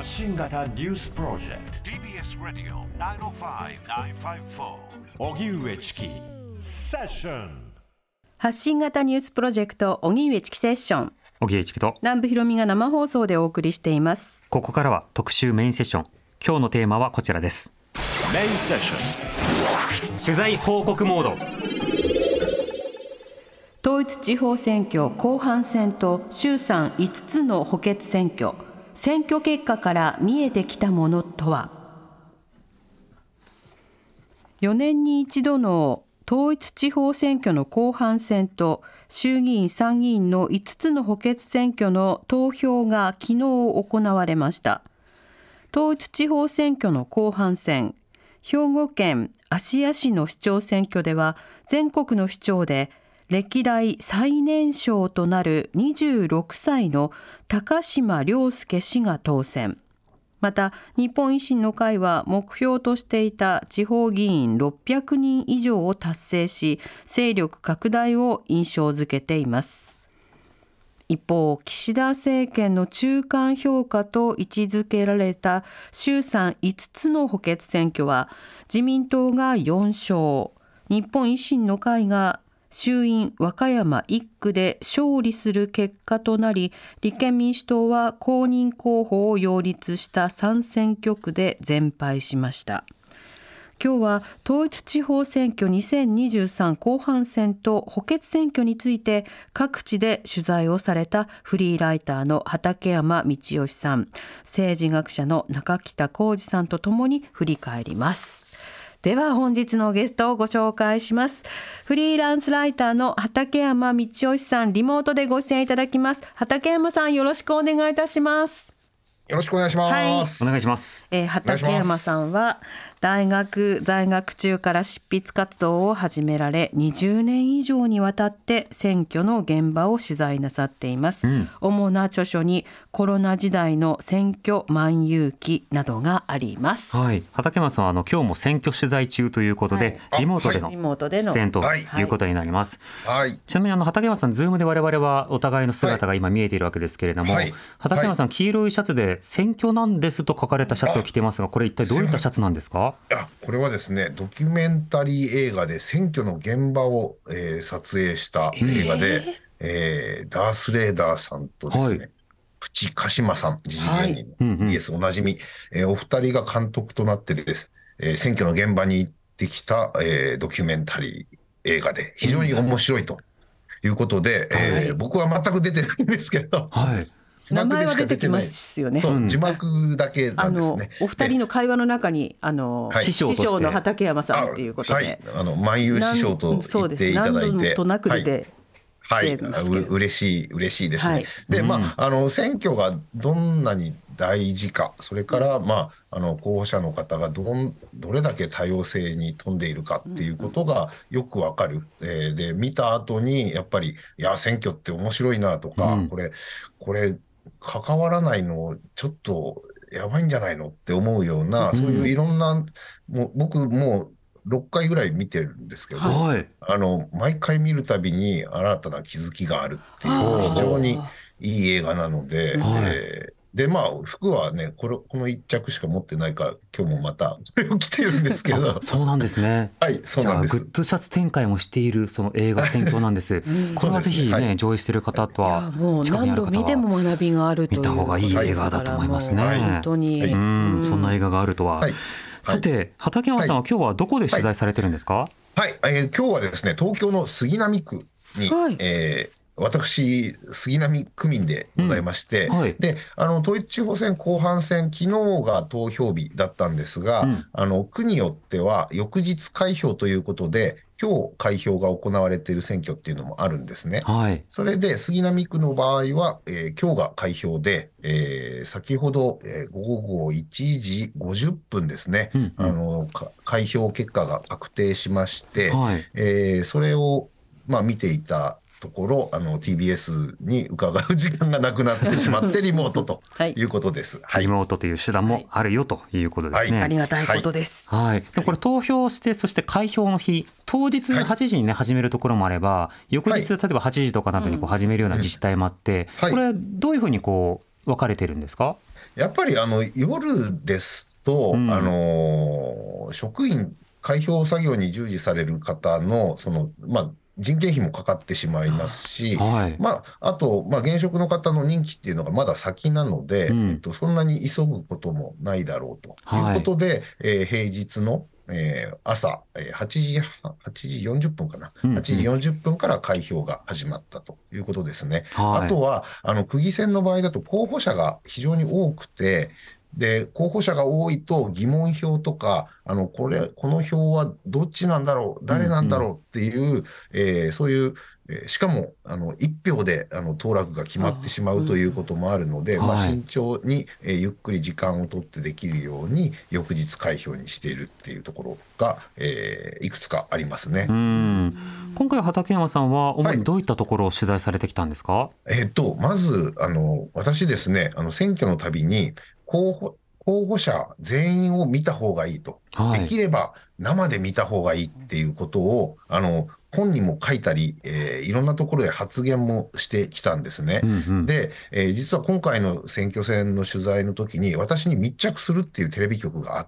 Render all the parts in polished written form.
発信型ニュースプロジェクト TBS ラディオ905-954おぎゅうえちきセッション。 発信型ニュースプロジェクト荻上チキセッション、 荻上チキと南部ひろみが生放送でお送りしています。 ここからは特集メインセッション。今日のテーマはこちらです。 メインセッション取材報告モード。 統一地方選挙後半戦と衆参5つの補欠選挙、選挙結果から見えてきたものとは。4年に一度の統一地方選挙の後半戦と衆議院参議院の5つの補欠選挙の投票が昨日行われました。統一地方選挙の後半戦、兵庫県芦屋市の市長選挙では全国の市長で歴代最年少となる26歳の高島崚輔氏が当選。また日本維新の会は目標としていた地方議員600人以上を達成し、勢力拡大を印象づけています。一方、岸田政権の中間評価と位置づけられた衆参5つの補欠選挙は自民党が4勝、日本維新の会が衆院和歌山1区で勝利する結果となり、立憲民主党は公認候補を擁立した3選挙区で全敗しました。今日は統一地方選挙2023後半戦と補欠選挙について各地で取材をされたフリーライターの畠山道義さん、政治学者の中北浩二さんとともに振り返ります。では本日のゲストをご紹介します。フリーランスライターの畠山道義さん、リモートでご出演いただきます。畠山さん、よろしくお願いいたします。 よろしくお願いします。 お願いします。 畠山さんは在学中から執筆活動を始められ、20年以上にわたって選挙の現場を取材なさっています。主な著書にコロナ時代の選挙漫遊記などがあります。 はい、畠山さんは今日も選挙取材中ということで、リモートでの出演ということになります。 はい、 ちなみに畠山さん、ズームで我々はお互いの姿が今見えているわけですけれども、畠山さん、黄色いシャツで選挙なんですと書かれたシャツを着てますが、これ一体どういったシャツなんですか？ これはですね、ドキュメンタリー映画で選挙の現場を、撮影した映画で、ダース・レーダーさんとですね、プチ鹿島さん、時事芸人、イエスおなじみ、お二人が監督となってです、選挙の現場に行ってきた、ドキュメンタリー映画で非常に面白いということで、僕は全く出てないんですけど、 名前は出てきますよね。 字幕だけなんですね。 お二人の会話の中に師匠の畠山さんということで、 万有師匠と言っていただいて、 何度となく出てきていますけど、 嬉しいですね。で、選挙がどんなに大事か、それから候補者の方がどれだけ多様性に富んでいるかっていうことがよくわかる。で、見た後にやっぱり、いや、選挙って面白いなとか、これ関わらないのちょっとやばいんじゃないのって思うような、そういういろんな、僕もう6回ぐらい見てるんですけど、毎回見るたびに新たな気づきがあるっていう非常にいい映画なので、で服はね、この一着しか持ってないから今日もまたこれを着てるんですけど。 そうなんですね。 はい、そうなんです。 じゃあグッズシャツ展開もしているその映画選挙なんです。これはぜひね、上映している方とは近くにある方は何度見ても学びがあるという、 見た方がいい映画だと思いますね。 本当に、 そんな映画があるとは。さて、畠山さんは今日はどこで取材されてるんですか？ 今日はですね、東京の杉並区に、私、杉並区民でございまして、で、統一地方選後半戦、昨日が投票日だったんですが、区によっては翌日開票ということで、今日開票が行われている選挙っていうのもあるんですね。それで杉並区の場合は、今日が開票で、先ほど、午後1時50分ですね、開票結果が確定しまして、それを見ていたところ、TBS に伺う時間がなくなってしまってリモートということです。 リモートという手段もあるよということですね。 ありがたいことです。 でこれ投票して、そして開票の日、当日8時にね、始めるところもあれば、翌日、例えば8時とかなどに始めるような自治体もあって、これどういうふうに分かれてるんですか？ やっぱり夜ですと、職員、開票作業に従事される方の、人件費もかかってしまいますし、 はい。 あと、現職の方の任期っていうのがまだ先なので、そんなに急ぐこともないだろうというはい。 ことで、平日の、朝、8時40分かな。8時40分から開票が始まったということですね。あはい。 とは、区議選の場合だと候補者が非常に多くて、で、候補者が多いと疑問票とか、この票はどっちなんだろう、誰なんだろうっていう、そういう、しかも、一票で、当落が決まってしまうということもあるので、 はい。 慎重に、ゆっくり時間を取ってできるように、翌日開票にしているっていうところが、いくつかありますね。 今回畠山さんは主はい。 にどういったところを取材されてきたんですか？ まず、私ですね、選挙のたびに候補者全員を見た方がいいと。ではい。 きれば生で見た方がいいっていうことを、本にも書いたり、いろんなところで発言もしてきたんですね。 うんうん。 で、実は今回の選挙戦の取材の時に、私に密着するっていうテレビ局があって、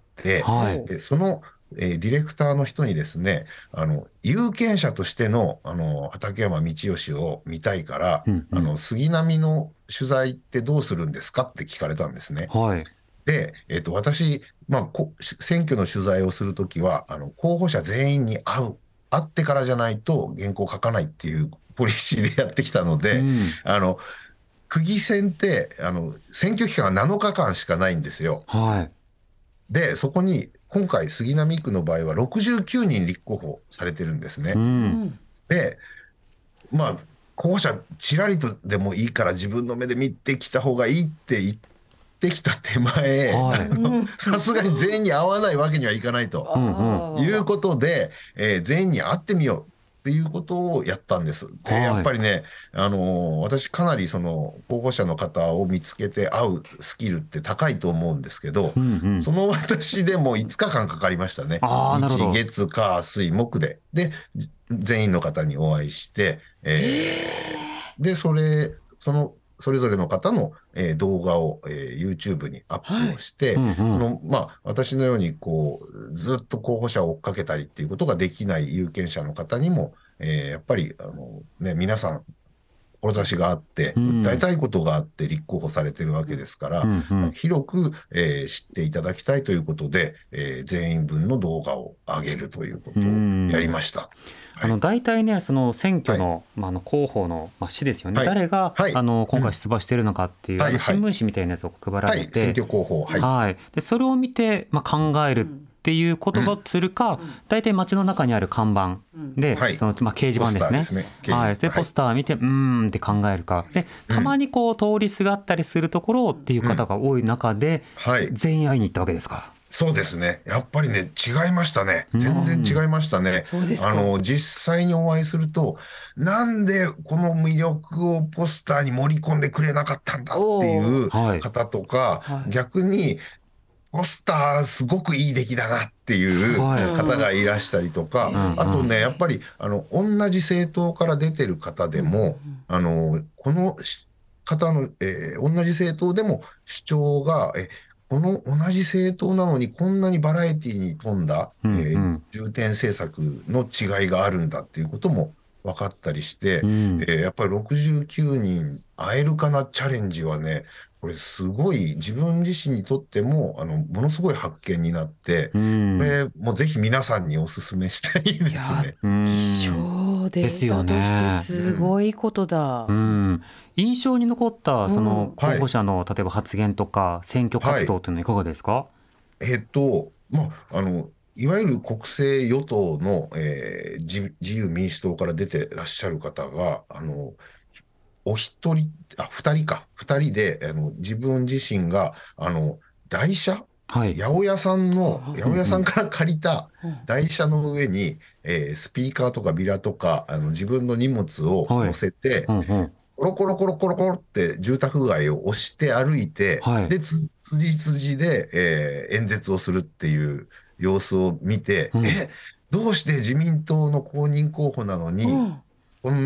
はい。 でその、ディレクターの人にですね、有権者としての、畠山道義を見たいから、 うんうん。 杉並の取材ってどうするんですかって聞かれたんですね。 はい。 で、私、選挙の取材をするときは、候補者全員に会ってからじゃないと原稿書かないっていうポリシーでやってきたので、 うん。 あの、区議選って、選挙期間が7日間しかないんですよ。 はい。 で、そこに、今回、杉並区の場合は69人立候補されてるんですね。 うん。 で、まあ、候補者、ちらりとでもいいから自分の目で見てきた方がいいって言ってきた手前、 はい。 さすがに全員に会わないわけにはいかないとうんうん。 いうことで、全員に会ってみようっていうことをやったんです。で、やっはい。 ぱりね、私かなりその候補者の方を見つけて会うスキルって高いと思うんですけど、 うんうん。 その私でも5日間かかりましたね。 ああ、なるほ日、 ど。 月、火、水、木で。で、全員の方にお会いして、で、それぞれの方の、動画を、YouTube にアップをして、 うんうん。 私のように、ずっと候補者を追っかけたりっていうことができない有権者の方にも、やっぱり、皆さん、志があって、訴えうん。 たいことがあって立候補されてるわけですから、 うんうん。 広く、知っていただきたいということで、全員分の動画を上げるというこうとをやん。 りました。はい。 大体ね、その選挙はい。 の、候補の、市ですよね。 はい。 誰が、 はい。 今回出馬しているのかっていう、 はい。はい。 新聞紙みたいなやつを配らはい。選れて、 挙広報。はい。 はい。で、それを見て、考えるっていうことをうん。 するか、大体街の中にある看板で、 はい。 掲示ポス板ですね。 ターですね。掲示はい。 板。 で、ポはい。 スター見て、って考えるか。で、たまうん。 にこう、通りすがったりするところっていううん。 方が多い中で、 はい。 全員会いに行ったわけですか？ そうですね。やっぱりね、違いましたね。 う全然ん。 違いましたね。 そうですか。 実際にお会いすると、なんでこの魅力をポスターに盛り込んでくれなかったんだっていおお。 うはい。 方とか、 はい。 逆に、ポスターすごくいい出来だなっていうはい。 方がいらしたりとか、 うんうん。 あとね、やっぱり、同じ政党から出てる方でも、この方の、同じ政党でも主張が、この同じ政党なのにこんなにバラエティに富んだ、 うんうん。 重点政策の違いがあるんだっていうことも分かったりして、 うん。 やっぱり69人会えるかなチャレンジはね、これすごい自分自身にとっても、ものすごい発見になって、 うん。 これもうぜひ皆さんにお勧めしたいでいや、 すね。 う気ん。 象ですよデータとしてね。 すごいことだ。 うん。印象に残ったその候はい。 補者の例えば発言とか選挙はい。 活動というのはいかがですか？ いわゆる国政与党の、自由民主党から出てらっしゃる方が、お一人、二人か、二人で、自分自身が、台車、 はい。 八百屋さんうんうん。 から借りた台車の上に、スピーカーとかビラとか、自分の荷物を乗はい。 せて、 うんうん。 コロコロコロコロコロって住宅街を押して歩いて、 はい。 で、辻辻で、演説をするっていう様子を見て、 うん。 どうして自民党の公認候補なのに、 うん。 こん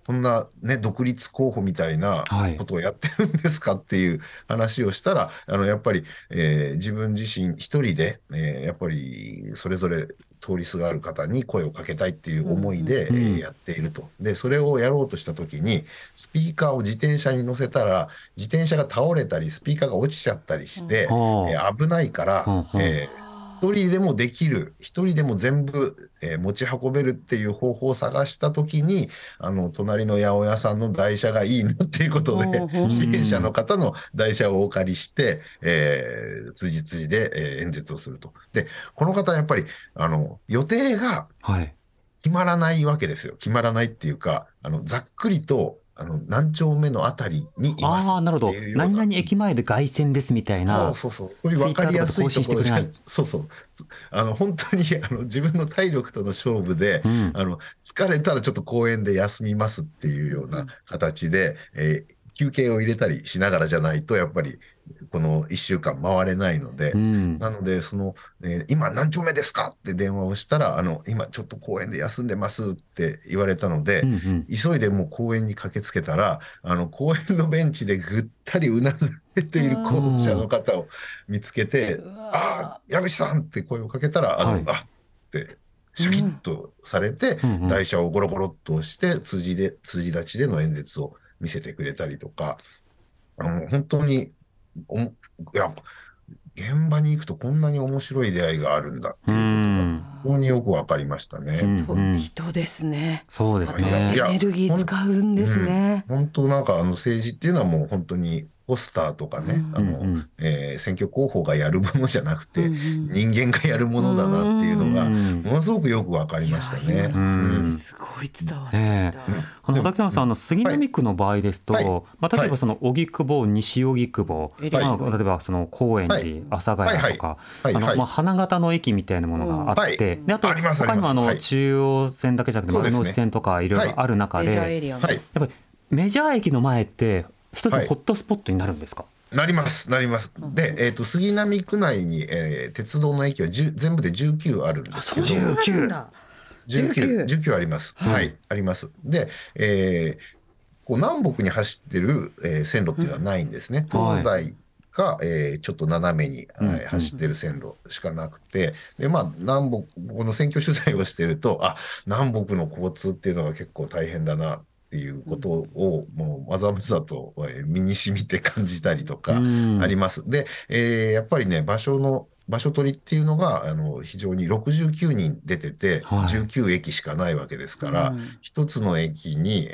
こんなね、独立候補みたいなことをやってるんですかっていう話をしたら、やっぱり、自分自身一人で、やっぱりそれぞれ通りすがる方に声をかけたいっていう思いで、やっていると。で、それをやろうとしたときに、スピーカーを自転車に乗せたら、自転車が倒れたり、スピーカーが落ちちゃったりして、危ないから、一人でもできる、一人でも全部、持ち運べるっていう方法を探したときに、隣の八百屋さんの台車がいいなっていうことで、支援者の方の台車をお借りして、辻で、演説をすると。で、この方はやっぱり、予定が決まらないわけですよ。決まらないっていうか、ざっくりと、何丁目のあたりにいますっていうような。 なるほど。何々駅前で凱旋ですみたいな。 そういう分かりやすいところじゃ、本当に自分の体力との勝負で、疲れたらちょっと公園で休みますっていうような形で、休憩を入れたりしながらじゃないと、やっぱりこの1週間回れないので、なので、今何丁目ですかって電話をしたら、今ちょっと公園で休んでますって言われたので、急いでもう公園に駆けつけたら、公園のベンチでぐったりうなずいている候補者の方を見つけて、矢口さんって声をかけたら、ってシャキッとされて、台車をゴロゴロっと押して、辻立ちでの演説を見せてくれたりとか、本当に、いや、現場に行くとこんなに面白い出会いがあるんだっていうことが本当によく分かりましたね。 人ですね。 そうですね。 エネルギー使うんですね。 本当なんか政治っていうのはもう本当にポスターとかね、選挙候補がやるものじゃなくて、人間がやるものだなっていうのがものすごくよく分かりましたね。 すごい伝わってきた。 畠山さん、杉並区の場合ですと、例えばその荻窪、西荻窪、例えばその高円寺、阿佐ヶ谷とか、花形の駅みたいなものがあって、であと他にも中央線だけじゃなくて丸の内線とかいろいろある中で、やっぱりメジャー駅の前って一つのホットスポットになるんですか？ なります。で、杉並区内に、鉄道の駅は全部で19あるんですけど。19あります。あります。で、南北に走ってる、線路っていうのはないんですね。東西が、ちょっと斜めに、走ってる線路しかなくて、で、南北、この選挙取材をしてると、南北の交通っていうのが結構大変だなっていうことをもうわざわざと身に染みて感じたりとかあります。で、やっぱりね、場所取りっていうのが非常に69人出てて19駅しかないわけですから、一つの駅に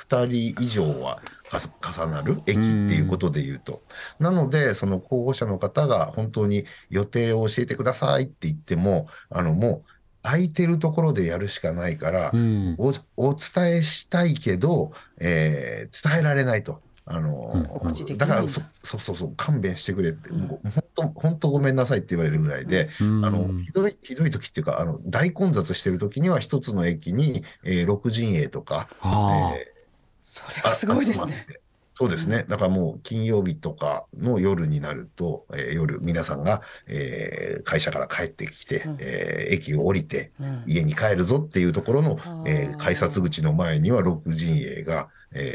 2人以上は重なる駅っていうことでいうと、なのでその候補者の方が本当に予定を教えてくださいって言ってももう空いてるところでやるしかないから、お伝えしたいけど、伝えられないと。だから勘弁してくれって、本当ごめんなさいって言われるぐらいで、ひどい時っていうか大混雑してる時には一つの駅に、6陣営とか、 それはすごいですね。 そうですね。だからもう金曜日とかの夜になると、夜皆さんが、会社から帰ってきて、駅を降りて、家に帰るぞっていうところの、改札口の前には6陣営が、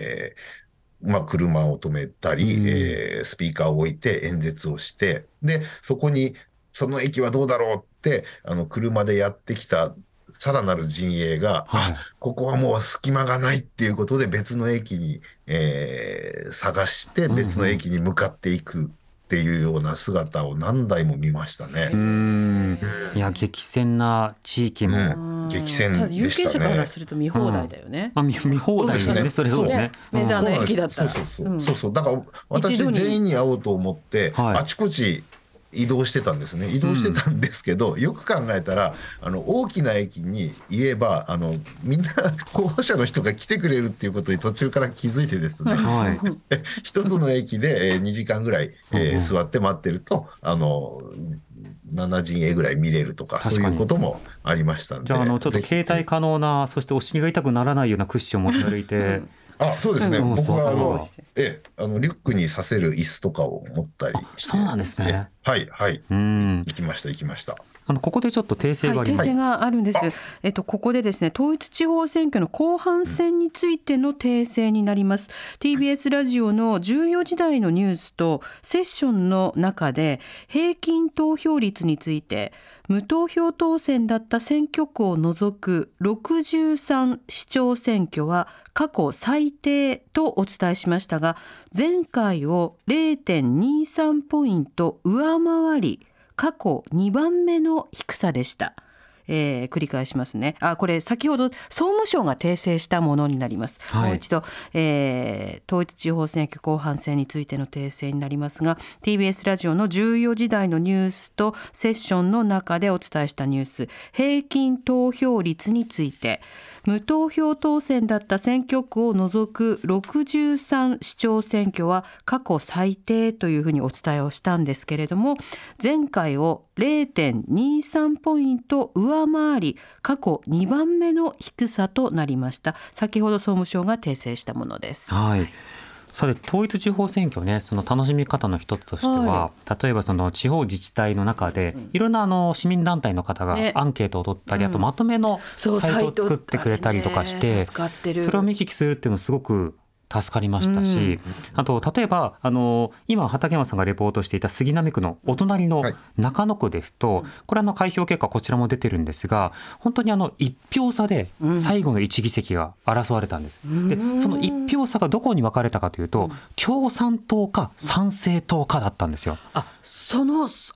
車を止めたり、スピーカーを置いて演説をして、で、そこにその駅はどうだろうって、車でやってきたさらなる陣営が、ここはもう隙間がないっていうことで別の駅に、探して別の駅に向かっていくっていうような姿を何台も見ましたね。 いや、激戦な地域も、 激戦でしたね。 有権者からすると見放題だよね。 見放題ですね。それそうですね。 メジャーな駅だったら。 だから私全員に会おうと思って、あちこち移動してたんですね。移動してたんですけど、よく考えたら大きな駅にいればみんな候補者の人が来てくれるっていうことに途中から気づいてですね、一つの駅で2時間ぐらい座って待ってると7陣営ぐらい見れるとか、そういうこともありましたんで。 じゃあちょっと携帯可能な、そしてお尻が痛くならないようなクッションを持ち歩いてそうですね。僕はリュックにさせる椅子とかを持ったりして。 そうなんですね。 行きました。 ここでちょっと訂正があります。 訂正があるんです。ここでですね、統一地方選挙の後半戦についての訂正になります。TBS ラジオの14時台のニュースとセッションの中で平均投票率について、無投票当選だった選挙区を除く63市長選挙は過去最低とお伝えしましたが、前回を 0.23 ポイント上回り過去2番目の低さでした。繰り返しますね。これ先ほど総務省が訂正したものになります。もう一度、統一地方選挙後半戦についての訂正になりますが、 TBS ラジオの14時台のニュースとセッションの中でお伝えしたニュース、平均投票率について、無投票当選だった選挙区を除く63市長選挙は過去最低というふうにお伝えをしたんですけれども、前回を 0.23 ポイント上回り過去2番目の低さとなりました。先ほど総務省が訂正したものです。 はい。それ統一地方選挙ね、その楽しみ方の一つとしては、例えばその地方自治体の中でいろんな市民団体の方がアンケートを取ったり、あとまとめのサイトを作ってくれたりとかして、それを見聞きするっていうのすごく助かりましたし、あと例えば今畠山さんがレポートしていた杉並区のお隣の中野区ですと、これ開票結果こちらも出てるんですが、本当に1票差で最後の1議席が争われたんです。でその1票差がどこに分かれたかというと、共産党か参政党かだったんですよ。 そう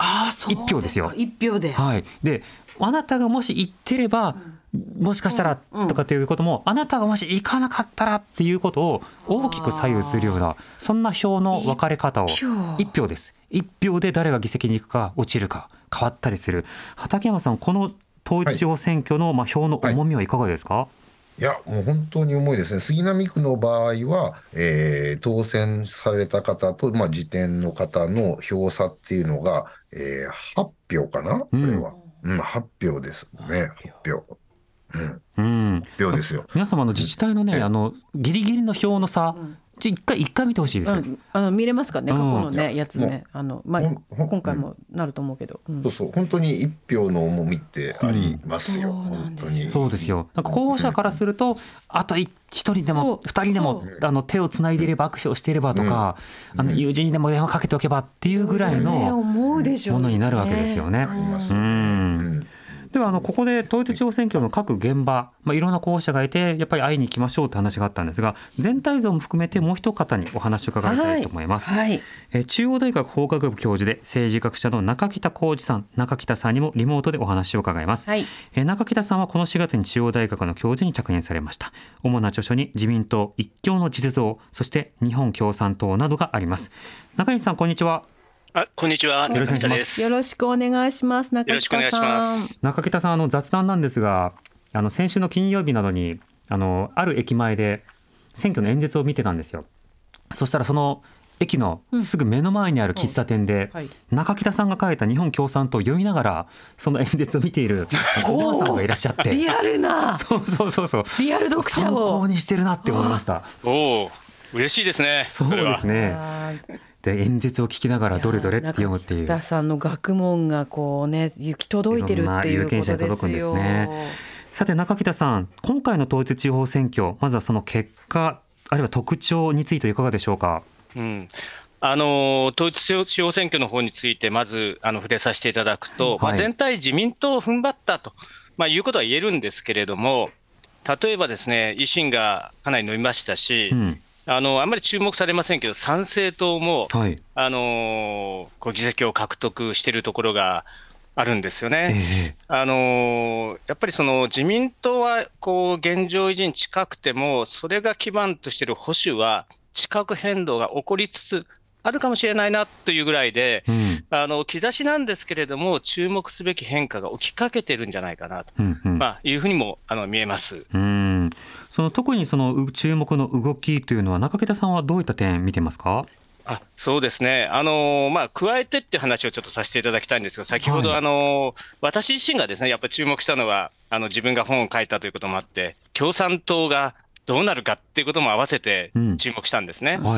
1票ですよ。 1票で、 であなたがもし行ってれば、もしかしたらとかっていうことも、あなたがもし行かなかったらっていうことを大きく左右するような、そんな票の分かれ方を、1票です。1票で誰が議席に行くか落ちるか変わったりする。畠山さん、この統一地方選挙の票の重みはいかがですか？ いや、もう本当に重いですね。杉並区の場合は、当選された方と、時点の方の票差っていうのが、8票かな、これは。8票ですね。8票。票ですよ。 皆様自治体のね、ギリギリの票の差、一回見てほしいですよ。 見れますかね、過去のねやつね。今回もなると思うけど、 そう本当に1票の重みってありますよ。本当にそうですよ。候補者からすると、あと1人でも2人でも手をつないでいれば、握手をしていればとか、友人にでも電話かけておけばっていうぐらいのものになるわけですよね。ではここで統一地方選挙の各現場、いろんな候補者がいて、やっぱり会いに行きましょうって話があったんですが、全体像も含めてもう一方にお話を伺いたいと思います。中央大学法学部教授で政治学者の中北浩二さん、中北さんにもリモートでお話を伺います。中北さんはこの4月に中央大学の教授に着任されました。主な著書に自民党一強の実像、そして日本共産党などがあります。中西さん、こんにちは。 こんにちは。よろしくお願いします。 よろしくお願いします。中北さん。 中北さん、雑談なんですが、先週の金曜日などにある駅前で選挙の演説を見てたんですよ。そしたらその駅のすぐ目の前にある喫茶店で、中北さんが書いた日本共産党を読みながらその演説を見ているおばあさんがいらっしゃって、 リアルな、 そうリアル読者を参考にしてるなって思いました。 嬉しいですね。 そうですね。で演説を聞きながらどれどれって読むっていう、 中北さんの学問が行き届いてるっていうことですよ。有権者に届くんですね。 さて中北さん、今回の統一地方選挙、まずはその結果、あるいは特徴についていかがでしょうか？ 統一地方選挙の方についてまず触れさせていただくと、全体自民党を踏ん張ったと、いうことは言えるんですけれども、例えばですね、維新がかなり伸びましたし、あんまり注目されませんけど、参政党も、議席を獲得しているところがあるんですよね。やっぱりその自民党は現状維持に近くても、それが基盤としている保守は地殻変動が起こりつつあるかもしれないなというぐらいで、兆しなんですけれども、注目すべき変化が起きかけてるんじゃないかなと、いうふうにも見えます。 特にその注目の動きというのは、中北さんはどういった点見てますか？ そうですね、加えてって話をちょっとさせていただきたいんですが、先ほど、私自身がですね、やっぱり注目したのは、自分が本を書いたということもあって、共産党がどうなるかっていうことも合わせて注目したんですね。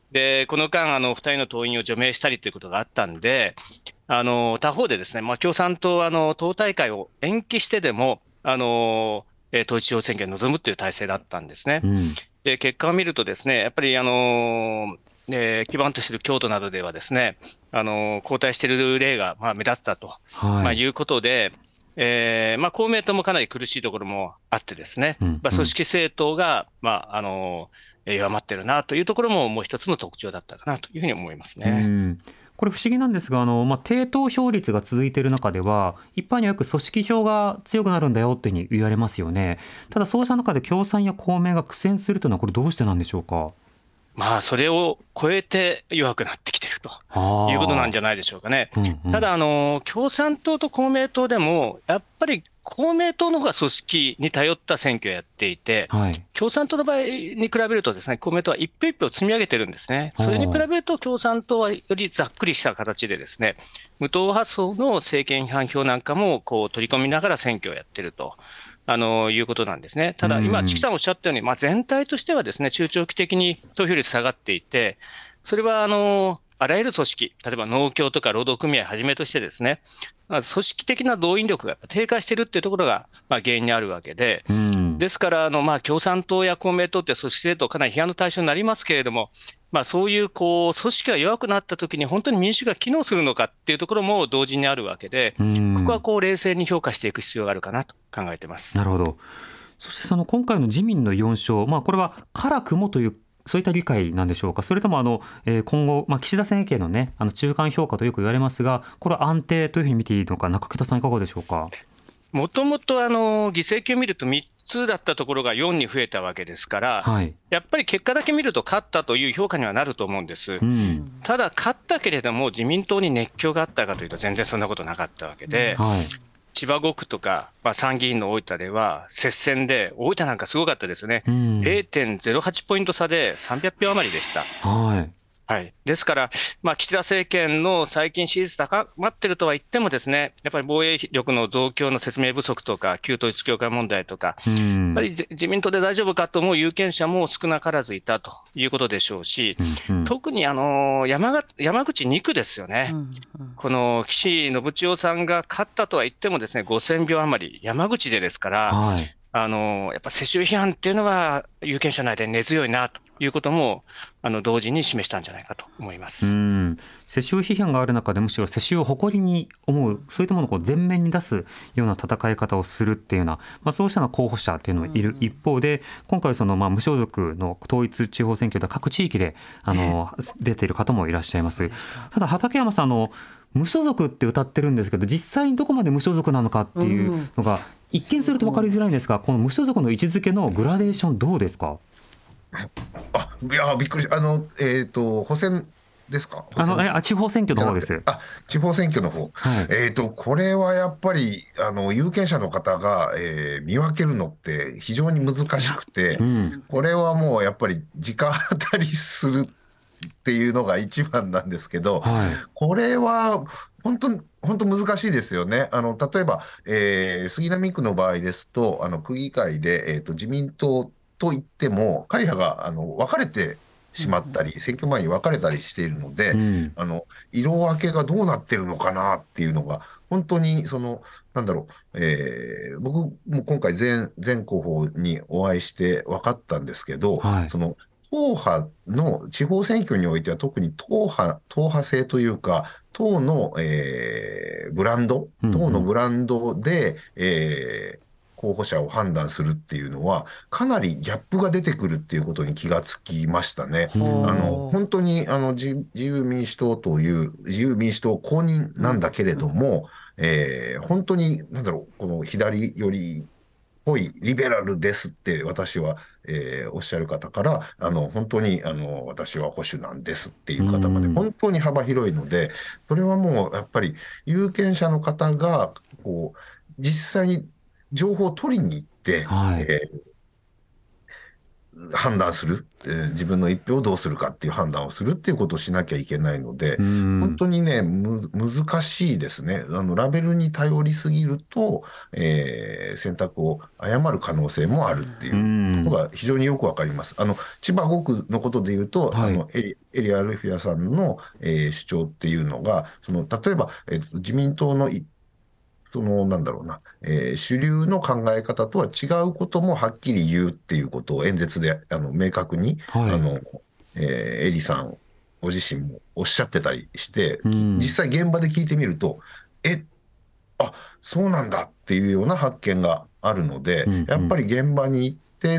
でこの間2人の党員を除名したりということがあったんで、他方でですね、共産党は党大会を延期してでも統一地方選挙に臨むという体制だったんですね。で結果を見るとですね、やっぱり基盤としている京都などではですね、後退している例が目立ったと、いうことで、公明党もかなり苦しいところもあってですね、組織政党が、弱まってるなというところももう一つの特徴だったかなというふうに思いますね。 これ不思議なんですが、低投票率が続いている中では一般にはよく組織票が強くなるんだよというふうに言われますよね。ただそうした中で共産や公明が苦戦するというのはこれどうしてなんでしょうか。 それを超えて弱くなってきているということなんじゃないでしょうかね。ただ共産党と公明党でもやっぱり公明党の方が組織に頼った選挙をやっていて、共産党の場合に比べるとですね、公明党は一票一票積み上げてるんですね。それに比べると共産党はよりざっくりした形でですね、無党派層の政権批判票なんかも取り込みながら選挙をやってるということなんですね。ただ今、チキさんおっしゃったように、全体としてはですね、中長期的に投票率下がっていて、それはあらゆる組織、例えば農協とか労働組合をはじめとしてですね、組織的な動員力が低下しているっていうところが原因にあるわけで、ですから共産党や公明党って組織政党かなり批判の対象になりますけれども、そういう組織が弱くなったときに本当に民主が機能するのかっていうところも同時にあるわけで、ここは冷静に評価していく必要があるかなと考えています。 なるほど。そして今回の自民の4勝、これは辛くもというそういった理解なんでしょうか。それとも今後、岸田政権のね中間評価とよく言われますが、これは安定というふうに見ていいのか、中桁さんいかがでしょうか。 もともと議席を見ると3つだったところが4に増えたわけですから、やっぱり結果だけ見ると勝ったという評価にはなると思うんです。ただ勝ったけれども自民党に熱狂があったかというと全然そんなことなかったわけで、千葉5区とか、参議院の大分では接戦で、大分なんかすごかったですね、0.08 ポイント差で300票余りでした。ですから、岸田政権の最近支持率高まっているとは言ってもですね、やっぱり防衛力の増強の説明不足とか、旧統一教会問題とか、やっぱり自民党で大丈夫かと思う有権者も少なからずいたということでしょうし、特に山口2区ですよね。この岸信千世さんが勝ったとは言ってもですね、5000票余り、山口でですから、やっぱ世襲批判っていうのは有権者内で根強いなということも同時に示したんじゃないかと思います。 世襲批判がある中でむしろ世襲を誇りに思う、そういったものを前面に出すような戦い方をするっていうような、そうした候補者っていうのがいる一方で、今回無所属の統一地方選挙で各地域で出ている方もいらっしゃいます。ただ畠山さん無所属って歌ってるんですけど、実際にどこまで無所属なのかっていうのが一見すると分かりづらいんですが、この無所属の位置づけのグラデーションどうですか。 いやびっくりした。補選ですか。 地方選挙の方です。 地方選挙の方、これはやっぱり有権者の方が、見分けるのって非常に難しくて、これはもうやっぱり直当たりするっていうのが一番なんですけど、これは本当難しいですよね。例えば、杉並区の場合ですと区議会で、自民党といっても会派が分かれてしまったり、選挙前に分かれたりしているので、色分けがどうなってるのかなっていうのが本当になんだろう、僕も今回全候補にお会いして分かったんですけど、党派の地方選挙においては特に党派制というか、党のブランドで、候補者を判断するっていうのはかなりギャップが出てくるっていうことに気がつきましたね。本当に自由民主党という自由民主党公認なんだけれども、本当にこの左寄りっぽいリベラルですって私はおっしゃる方から、本当に私は保守なんですっていう方まで本当に幅広いので、それはもうやっぱり有権者の方が実際に情報を取りに行って、 判断する、自分の一票をどうするかっていう判断をするっていうことをしなきゃいけないので、本当にね、難しいですね。ラベルに頼りすぎると、選択を誤る可能性もあるっていうことが非常によくわかります。千葉5区のことで言うと、 はい、 エリアルフィアさんの、主張っていうのが、例えば、自民党のなんだろうな、主流の考え方とは違うこともはっきり言うっていうことを演説で明確に、 はい、 エリさんご自身もおっしゃってたりして、実際現場で聞いてみると、あ、そうなんだっていうような発見があるので、やっぱり現場に行って、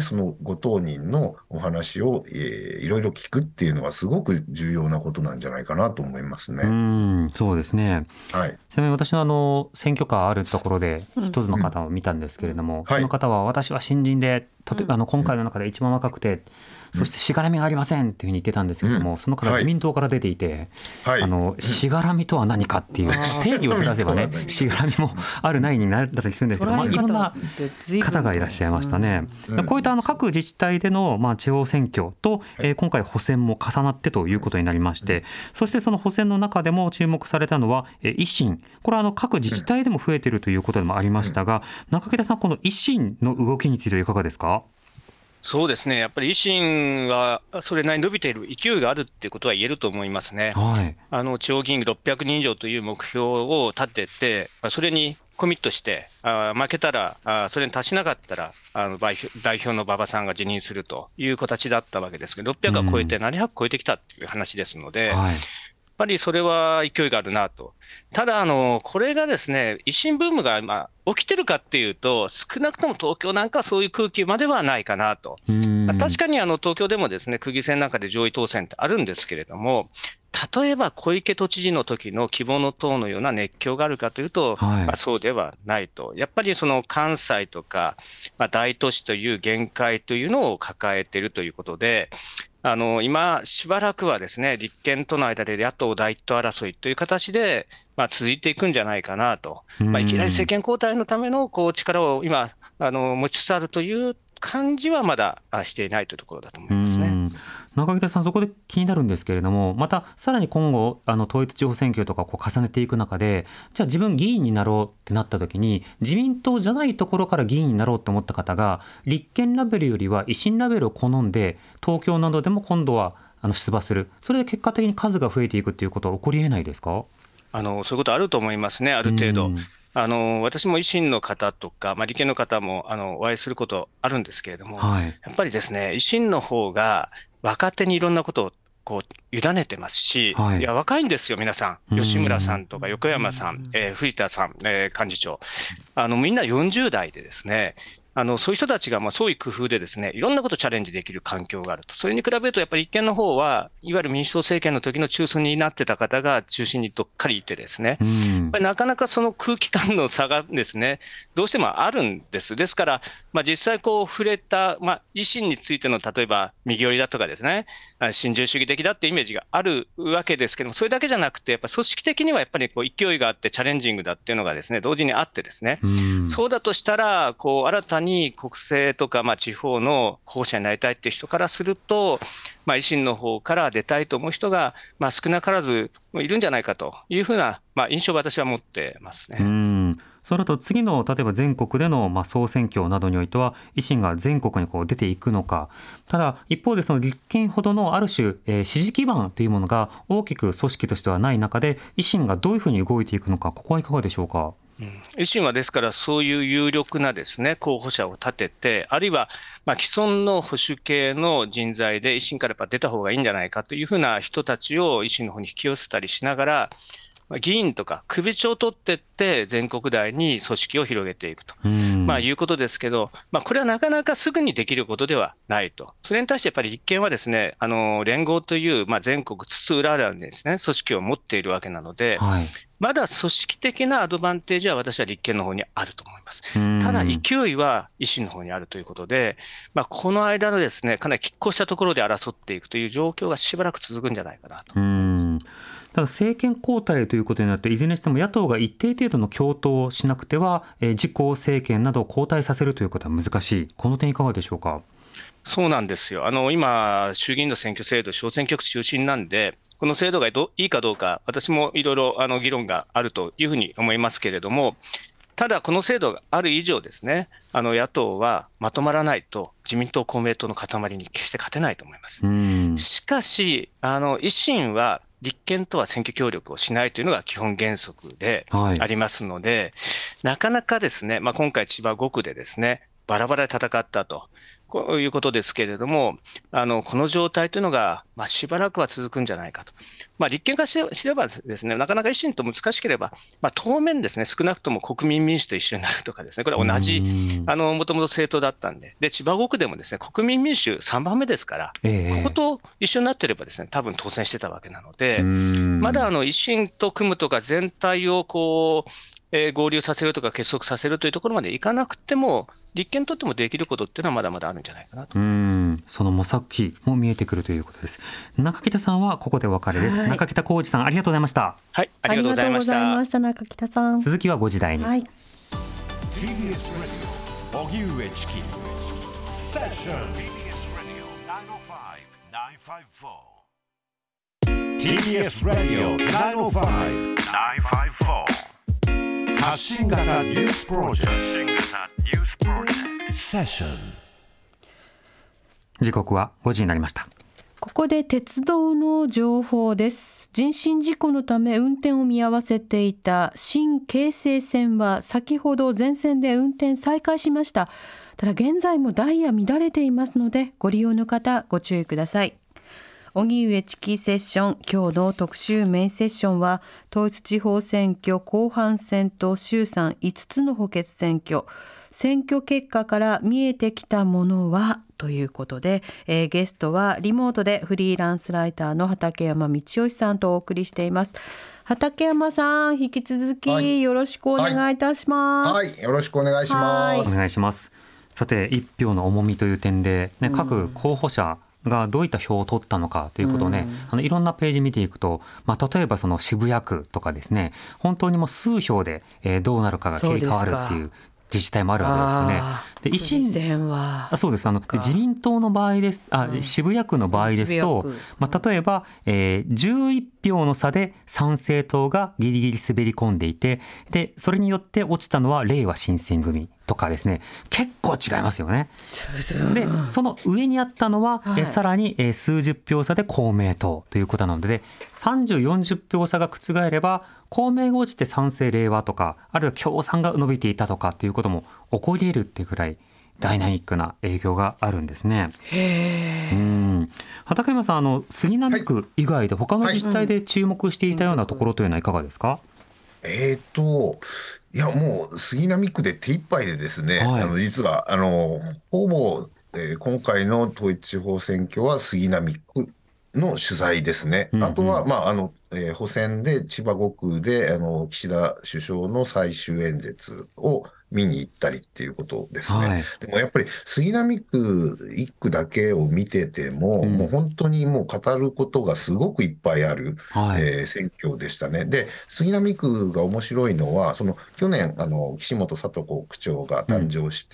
そのご当人のお話を、いろいろ聞くっていうのはすごく重要なことなんじゃないかなと思いますね。 そうですね。 はい。 ちなみに私の選挙カーあるところで一つの方を見たんですけれども、その方は私は新人で今回の中で一番若くて、そしてしがらみがありませんっていうふうに言ってたんですけれども、その方自民党から出ていて、しがらみとは何かっていう定義をずらせばね、しがらみもあるないになったりするんですけど、いろんな方がいらっしゃいましたね。こういった各自治体での地方選挙と今回補選も重なってということになりまして、そしてその補選の中でも注目されたのは維新。これは各自治体でも増えているということでもありましたが、中北さん、この維新の動きについてはいかがですか？ そうですね、やっぱり維新はそれなりに伸びている勢いがあるっていうことは言えると思いますね。地方議員600人以上という目標を立てて、それにコミットして、負けたら、それに達しなかったら、代表の馬場さんが辞任するという形だったわけですけど、600は超えて700超えてきたっていう話ですので、やっぱりそれは勢いがあるなと。ただこれがですね、維新ブームが今起きてるかっていうと、少なくとも東京なんかそういう空気まではないかなと。確かに東京でもですね、区議選なんかで上位当選ってあるんですけれども、例えば小池都知事の時の希望の党のような熱狂があるかというと、そうではないと。やっぱりその関西とか、大都市という限界というのを抱えているということで、今しばらくはですね、立憲との間で野党第一党争いという形で、続いていくんじゃないかなと。いきなり政権交代のための力を今持ちつつあるという感じはまだしていないというところだと思いますね。 中北さん、そこで気になるんですけれども、またさらに今後統一地方選挙とか重ねていく中で、じゃあ自分議員になろうってなった時に、自民党じゃないところから議員になろうと思った方が立憲ラベルよりは維新ラベルを好んで東京などでも今度は出馬する、それで結果的に数が増えていくっていうことは起こりえないですか？ そういうことあると思いますね、ある程度。私も維新の方とか、立憲の方もお会いすることあるんですけれども、やっぱりですね、維新の方が若手にいろんなことを委ねてますし、いや若いんですよ、皆さん。吉村さんとか横山さん、藤田さん、幹事長。みんな40代でですね、そういう人たちが創意工夫でですね、いろんなことチャレンジできる環境があると。それに比べるとやっぱり立憲の方は、いわゆる民主党政権の時の中枢になってた方が中心にどっかりいてですね、やっぱりなかなかその空気感の差がですね、どうしてもあるんです。ですから、実際触れた、維新についての例えば右寄りだとかですね、新自由主義的だってイメージがあるわけですけども、それだけじゃなくて、やっぱ組織的にはやっぱり勢いがあってチャレンジングだっていうのがですね、同時にあってですね、そうだとしたら、新たに国政とか地方の候補者になりたいっていう人からすると、維新の方から出たいと思う人が少なからずいるんじゃないかというふうな印象を私は持ってますね。 それと次の例えば全国での総選挙などにおいては維新が全国に出ていくのか、ただ一方でその立憲ほどのある種、支持基盤というものが大きく組織としてはない中で維新がどういうふうに動いていくのか、ここはいかがでしょうか？ 維新はですからそういう有力なですね候補者を立てて、あるいは既存の保守系の人材で維新からやっぱ出た方がいいんじゃないかというふうな人たちを維新の方に引き寄せたりしながら、議員とか首長を取っていって全国大に組織を広げていくと、いうことですけど、これはなかなかすぐにできることではないと。それに対してやっぱり立憲はですね、連合という全国津々浦々にですね組織を持っているわけなので、まだ組織的なアドバンテージは私は立憲の方にあると思います。ただ勢いは維新の方にあるということで、この間のですねかなり拮抗したところで争っていくという状況がしばらく続くんじゃないかなと思います。 ただ政権交代ということになって、いずれにしても野党が一定程度の共闘をしなくては自公政権などを交代させるということは難しい、この点いかがでしょうか？ そうなんですよ。今、衆議院の選挙制度、小選挙区中心なんで、この制度がいいかどうか、私もいろいろ議論があるというふうに思いますけれども、ただ、この制度がある以上ですね、野党はまとまらないと、自民党、公明党の塊に決して勝てないと思います。しかし、維新は立憲とは選挙協力をしないというのが基本原則でありますので、なかなかですね、今回、千葉5区でですね、バラバラで戦ったと。こういうことですけれども、この状態というのが、しばらくは続くんじゃないかと。立憲化すればですね、なかなか維新と難しければ、当面ですね、少なくとも国民民主と一緒になるとかですね、これは同じ、もともと政党だったんで、千葉5区でもですね、国民民主3番目ですから、ここと一緒になっていればですね、多分当選してたわけなので、まだ維新と組むとか全体を合流させるとか結束させるというところまでいかなくても、立憲にとってもできることっていうのはまだまだあるんじゃないかなと。 その模索期も見えてくるということです。中北さんはここでお別れです。中北浩二さん、ありがとうございました。 はい、ありがとうございました。 中北さん。 続きは5時台に。 TBS ラジオ荻上チキセッション TBS ラジオ905-954 TBS ラジオ905-954発信型ニュースプロジェクトセッション。 時刻は5時になりました。 ここで鉄道の情報です。人身事故のため運転を見合わせていた新京成線は先ほど全線で運転再開しました。ただ現在もダイヤ乱れていますので、ご利用の方ご注意ください。荻上チキセッション、今日の特集メインセッションは統一地方選挙後半戦と衆参5つの補欠選挙、選挙結果から見えてきたものはということで、ゲストはリモートでフリーランスライターの畠山道義さんとお送りしています。畠山さん、引き続きよろしくお願いいたします。 はい、よろしくお願いします。 お願いします。さて、一票の重みという点で、各候補者がどういった票を取ったのかということをね、いろんなページ見ていくと、例えばその渋谷区とかですね、本当にもう数票でどうなるかが切り替わるっていう自治体もあるわけですよね。で、維新はそうです。自民党の場合です。渋谷区の場合ですと、例えば、11票の差で参政党がギリギリ滑り込んでいて、でそれによって落ちたのはれいわ新選組とかですね、結構違いますよね。でその上にあったのは、さらに、数十票差で公明党ということなので、30、40票差が覆れば公明が落ちて参政れいわとか、あるいは共産が伸びていたとかっていうことも起こり得るっていうくらいダイナミックな影響があるんですね。畠山さん、杉並区以外で他の自治体で注目していたようなところというのはいかがですか？ いや、もう杉並区で手一杯でですね、実はほぼ、今回の統一地方選挙は杉並区の取材ですね。あとは、補選で千葉5区で岸田首相の最終演説を見に行ったりっていうことですね。でもやっぱり杉並区1区だけを見てても、もう本当にもう語ることがすごくいっぱいある、選挙でしたね。で、杉並区が面白いのは、去年岸本聡子区長が誕生して、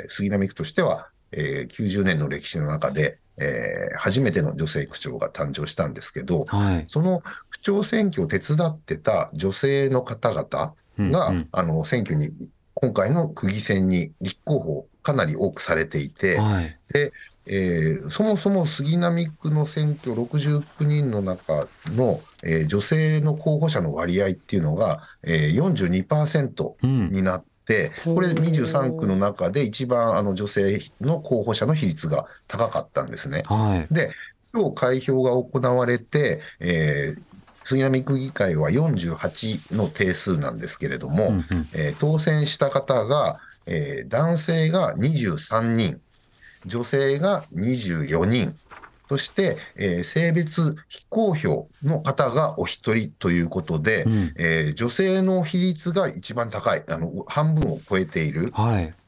杉並区としては、90年の歴史の中で初めての女性区長が誕生したんですけど、その区長選挙を手伝ってた女性の方々が、選挙に今回の区議選に立候補かなり多くされていて、でそもそも杉並区の選挙69人の中の、女性の候補者の割合っていうのが、42% になって、これ23区の中で一番女性の候補者の比率が高かったんですね。で、今日開票が行われて、杉並区議会は48の定数なんですけれども、当選した方が、男性が23人、女性が24人、そして、性別非公表の方がお一人ということで、女性の比率が一番高い、半分を超えている。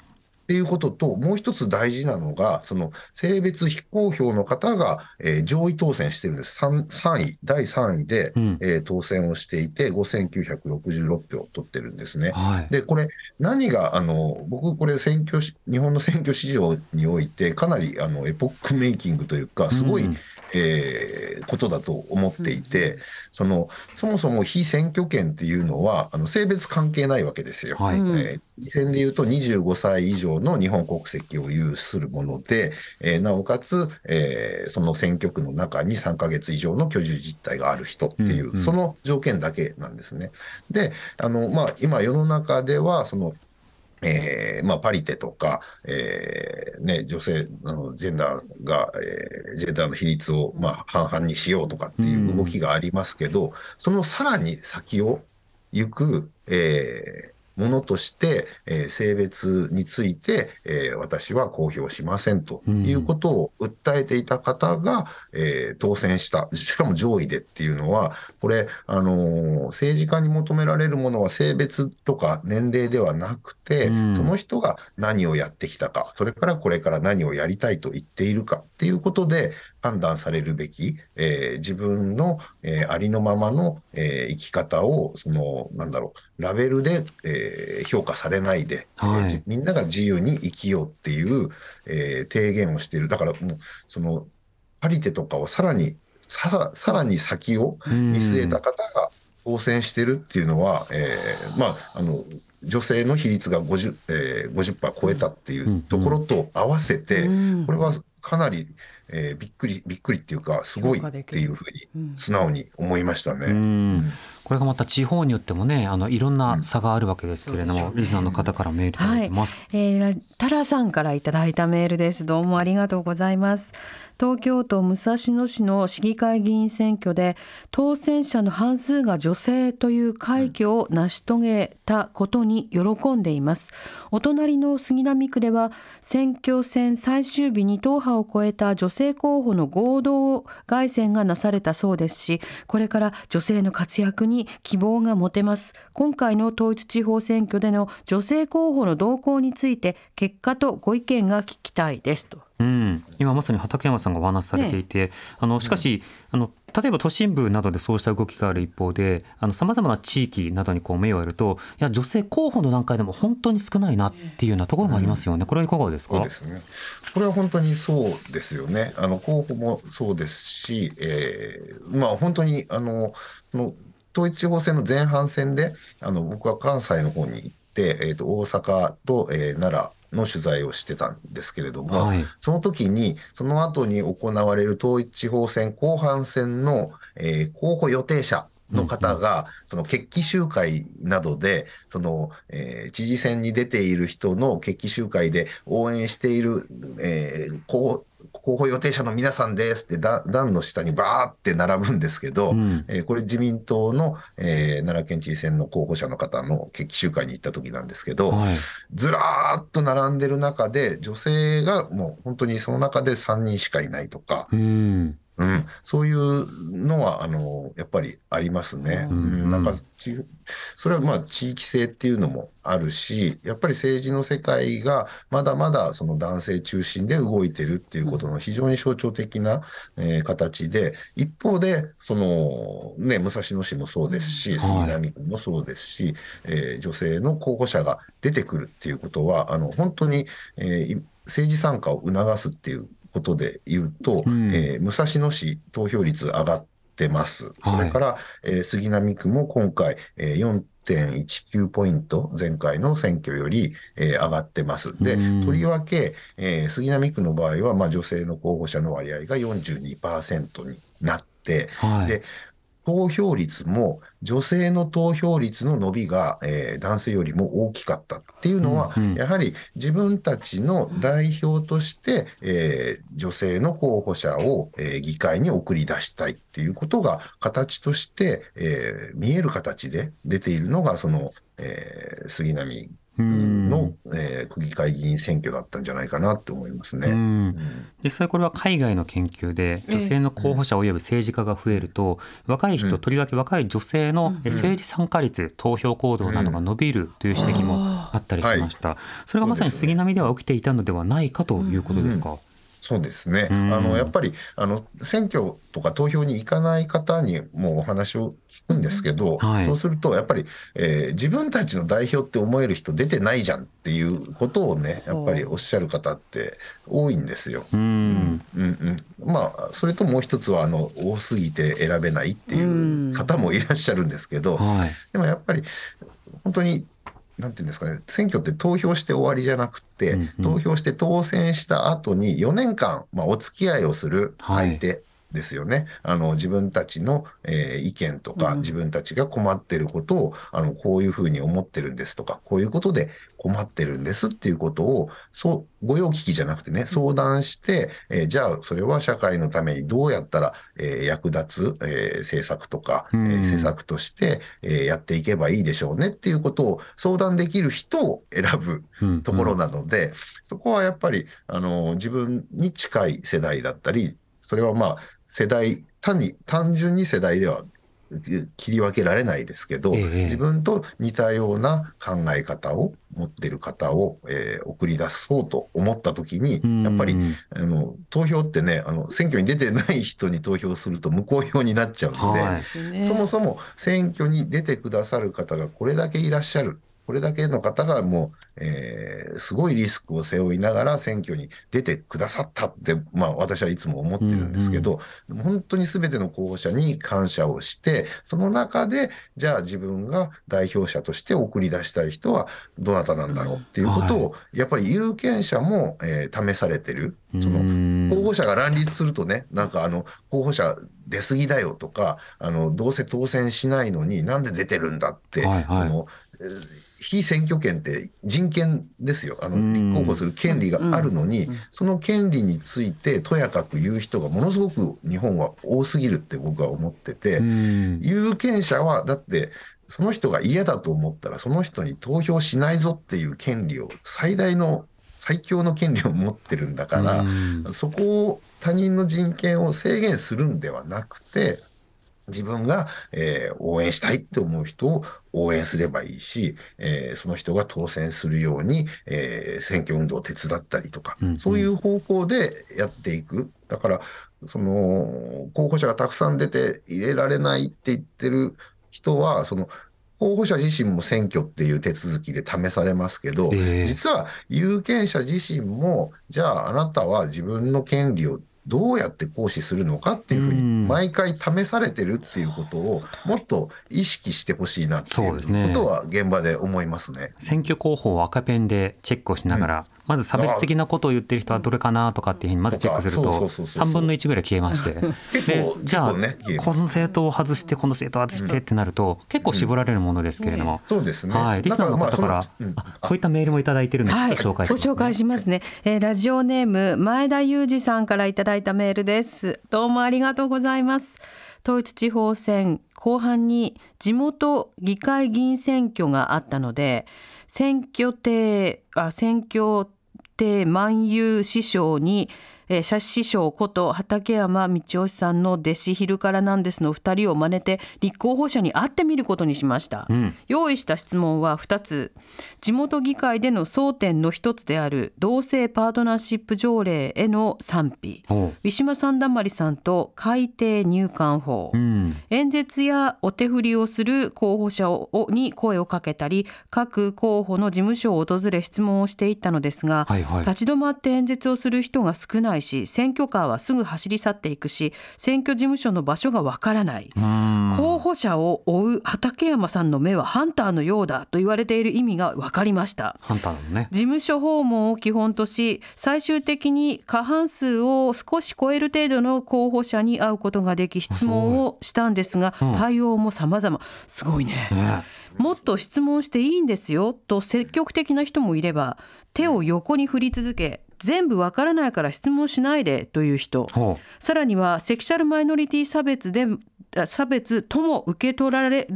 っていうことと、もう一つ大事なのが、その性別非公表の方が、上位当選してるんです。第3位で、当選をしていて、5966票取ってるんですね。はい、で、これ、何が、僕、これ日本の選挙史上において、かなりエポックメイキングというか、すごい、ことだと思っていて、そもそも非選挙権っていうのは性別関係ないわけですよ。はい、議選でいうと25歳以上の日本国籍を有するもので、なおかつ、その選挙区の中に3ヶ月以上の居住実態がある人っていう、その条件だけなんですね。で、今世の中ではパリテとか、女性ジェンダーの比率を半々にしようとかっていう動きがありますけど、そのさらに先を行く、ものとして、性別について、私は公表しませんということを訴えていた方が、当選した。しかも上位でっていうのは、これ、政治家に求められるものは性別とか年齢ではなくて、その人が何をやってきたか、それからこれから何をやりたいと言っているかっていうことで判断されるべき、自分の、ありのままの、生き方を、ラベルで、評価されないで、みんなが自由に生きようっていう、提言をしている。だからもうパリテとかをさらに先を見据えた方が当選してるっていうのは、女性の比率が 50% 超えたっていうところと合わせて、これはかなり、びっくりっていうかすごいっていうふうに素直に思いましたね。 これがまた地方によってもね、いろんな差があるわけですけれども、リスナーの方からメールいただいてます。 タラさんからいただいたメールです。どうもありがとうございます。東京都武蔵野市の市議会議員選挙で当選者の半数が女性という快挙を成し遂げたことに喜んでいます。お隣の杉並区では選挙戦最終日に党派を超えた女性候補の合同凱旋がなされたそうですし、これから女性の活躍に希望が持てます。今回の統一地方選挙での女性候補の動向について結果とご意見が聞きたいですと。 今まさに畠山さんがお話しされていて、しかし例えば都心部などでそうした動きがある一方で、さまざまな地域などに目をやると、いや女性候補の段階でも本当に少ないなっていうようなところもありますよね。これはいかがですか？ そうですね。これは本当にそうですよね。候補もそうですし、本当にその統一地方選の前半戦で僕は関西の方に行って、大阪と、奈良の取材をしてたんですけれども、その時にその後に行われる統一地方選後半戦の、候補予定者の方が、その決起集会などで知事選に出ている人の決起集会で応援している、候補予定者の皆さんですって段の下にバーって並ぶんですけど、これ自民党の、奈良県知事選の候補者の方の決起集会に行った時なんですけど、ずらーっと並んでる中で女性がもう本当にその中で3人しかいないとか、そういうのはやっぱりありますね。それは地域性っていうのもあるし、やっぱり政治の世界がまだまだその男性中心で動いてるっていうことの非常に象徴的な、形で、一方で武蔵野市もそうですし、杉並区もそうですし、女性の候補者が出てくるっていうことは本当に、政治参加を促すっていうことで言うと、武蔵野市投票率上がってます。それから、杉並区も今回、4.19 ポイント前回の選挙より、上がってます。で、とりわけ、杉並区の場合は、女性の候補者の割合が 42% になって、で投票率も女性の投票率の伸びが、男性よりも大きかったっていうのは、やはり自分たちの代表として、女性の候補者を、議会に送り出したいっていうことが形として、見える形で出ているのが杉並の、区議会議員選挙だったんじゃないかなと思いますね。 実際これは海外の研究で、女性の候補者および政治家が増えると、若い人、とりわけ若い女性の政治参加率、投票行動などが伸びるという指摘もああったりしました、それがまさに杉並では起きていたのではないかということですか。 そうですね。やっぱり選挙とか投票に行かない方にもお話を聞くんですけど、そうするとやっぱり、自分たちの代表って思える人出てないじゃんっていうことをね、やっぱりおっしゃる方って多いんですよ。まあそれともう一つは多すぎて選べないっていう方もいらっしゃるんですけど、でもやっぱり本当になんていうんですかね、選挙って投票して終わりじゃなくて、投票して当選した後に4年間、お付き合いをする相手ですよね。自分たちの、意見とか、自分たちが困ってることをこういうふうに思ってるんですとか、こういうことで困ってるんですっていうことを御用聞きじゃなくてね、相談して、じゃあそれは社会のためにどうやったら、役立つ、政策とか、施策として、やっていけばいいでしょうねっていうことを相談できる人を選ぶところなので、そこはやっぱり自分に近い世代だったり、それは世代単純に世代では切り分けられないですけど、自分と似たような考え方を持っている方を、送り出そうと思ったときに、やっぱり投票ってね、選挙に出てない人に投票すると無効票になっちゃうので、そもそも選挙に出てくださる方がこれだけいらっしゃる。これだけの方がもう、すごいリスクを背負いながら選挙に出てくださったって、私はいつも思ってるんですけど、本当に全ての候補者に感謝をして、その中で、じゃあ自分が代表者として送り出したい人はどなたなんだろうっていうことを、やっぱり有権者も、試されてる。その候補者が乱立するとね、なんか候補者出過ぎだよとか、どうせ当選しないのになんで出てるんだって、非選挙権って人権ですよ。立候補する権利があるのに、その権利についてとやかく言う人がものすごく日本は多すぎるって僕は思ってて、有権者はだってその人が嫌だと思ったらその人に投票しないぞっていう権利を最強の権利を持ってるんだから、そこを他人の人権を制限するんではなくて、自分が、応援したいって思う人を応援すればいいし、その人が当選するように、選挙運動を手伝ったりとか、そういう方向でやっていく。だからその候補者がたくさん出て入れられないって言ってる人は、その候補者自身も選挙っていう手続きで試されますけど、実は有権者自身も、じゃああなたは自分の権利をどうやって行使するのかっていうふうに毎回試されてるっていうことをもっと意識してほしいなっていうことは現場で思いますね。 選挙候補を赤ペンでチェックをしながら、まず差別的なことを言ってる人はどれかなとかっていうふうにまずチェックすると3分の1ぐらい消えましてでじゃあこの政党を外してこの政党を外してってなると結構絞られるものですけれども、 そうですね、 リスナーの方からこういったメールもいただいているのでちょっと紹介します、 ご紹介しますね。ラジオネーム前田裕二さんからいただいたメールです。どうもありがとうございます。統一地方選後半に地元議会議員選挙があったので、選挙亭万有師匠に社師匠こと畠山道夫さんの弟子昼からなんですの2人を真似て立候補者に会ってみることにしました、用意した質問は2つ。地元議会での争点の1つである同性パートナーシップ条例への賛否、ウィシュマ・サンダマリさんと改定入管法、演説やお手振りをする候補者に声をかけたり、各候補の事務所を訪れ質問をしていったのですが、立ち止まって演説をする人が少ないし、選挙カーはすぐ走り去っていくし、選挙事務所の場所がわからない。候補者を追う畠山さんの目はハンターのようだと言われている意味が分かりました。 ハンターなのね。 事務所訪問を基本とし、最終的に過半数を少し超える程度の候補者に会うことができ、質問をしたんですが、対応も様々。すごいね。もっと質問していいんですよと積極的な人もいれば、手を横に振り続け、全部わからないから質問しないでという人、さらにはセクシャルマイノリティ差別でとも受け止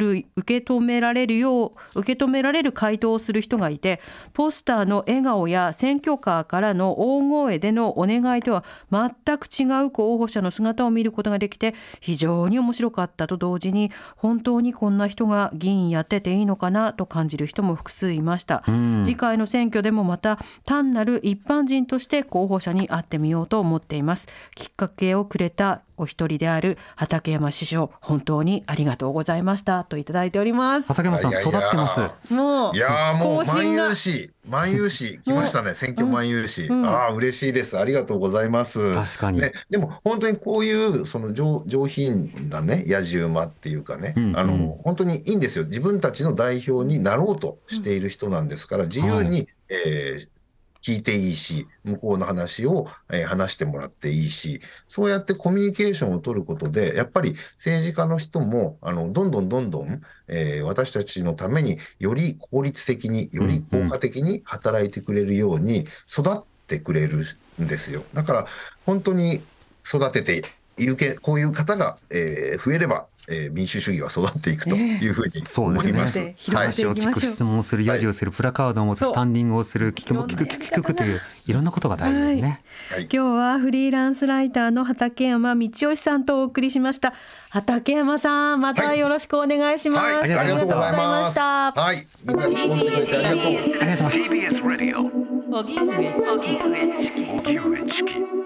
められる回答をする人がいて、ポスターの笑顔や選挙カーからの大声でのお願いとは全く違う候補者の姿を見ることができて非常に面白かったと同時に、本当にこんな人が議員やってていいのかなと感じる人も複数いました。次回の選挙でもまた単なる一般人として候補者に会ってみようと思っています。きっかけをくれたお一人である畠山師匠、本当にありがとうございましたといただいております。 畠山さん育ってます。 もう万有市来ましたね。選挙万有市、嬉しいです。ありがとうございます。 確かに、 ね、でも本当にこういうその上品なねやじ馬っていうかね、本当にいいんですよ。自分たちの代表になろうとしている人なんですから、自由に、聞いていいし、向こうの話を、話してもらっていいし、そうやってコミュニケーションを取ることで、やっぱり政治家の人もどんどん、私たちのためにより効率的に、より効果的に働いてくれるように育ってくれるんですよ。だから本当に育ててこういう方が、増えれば、民主主義は育っていくというふうに思います。 話を聞く、質問をする、ヤジをする、プラカードを持つ、スタンディングをする、聞くといういろんなことが大事ですね。 今日はフリーランスライターの畠山道義さんとお送りしました。畠山さん、またよろしくお願いします。 ありがとうございました。みんな聞いてくれてありがとう。 ありがとうございます。 TBS ラジオ荻上チキセッション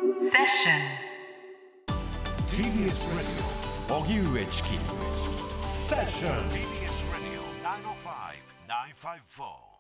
TBS ラジオ荻上チキセッション TBS ラジオ905-954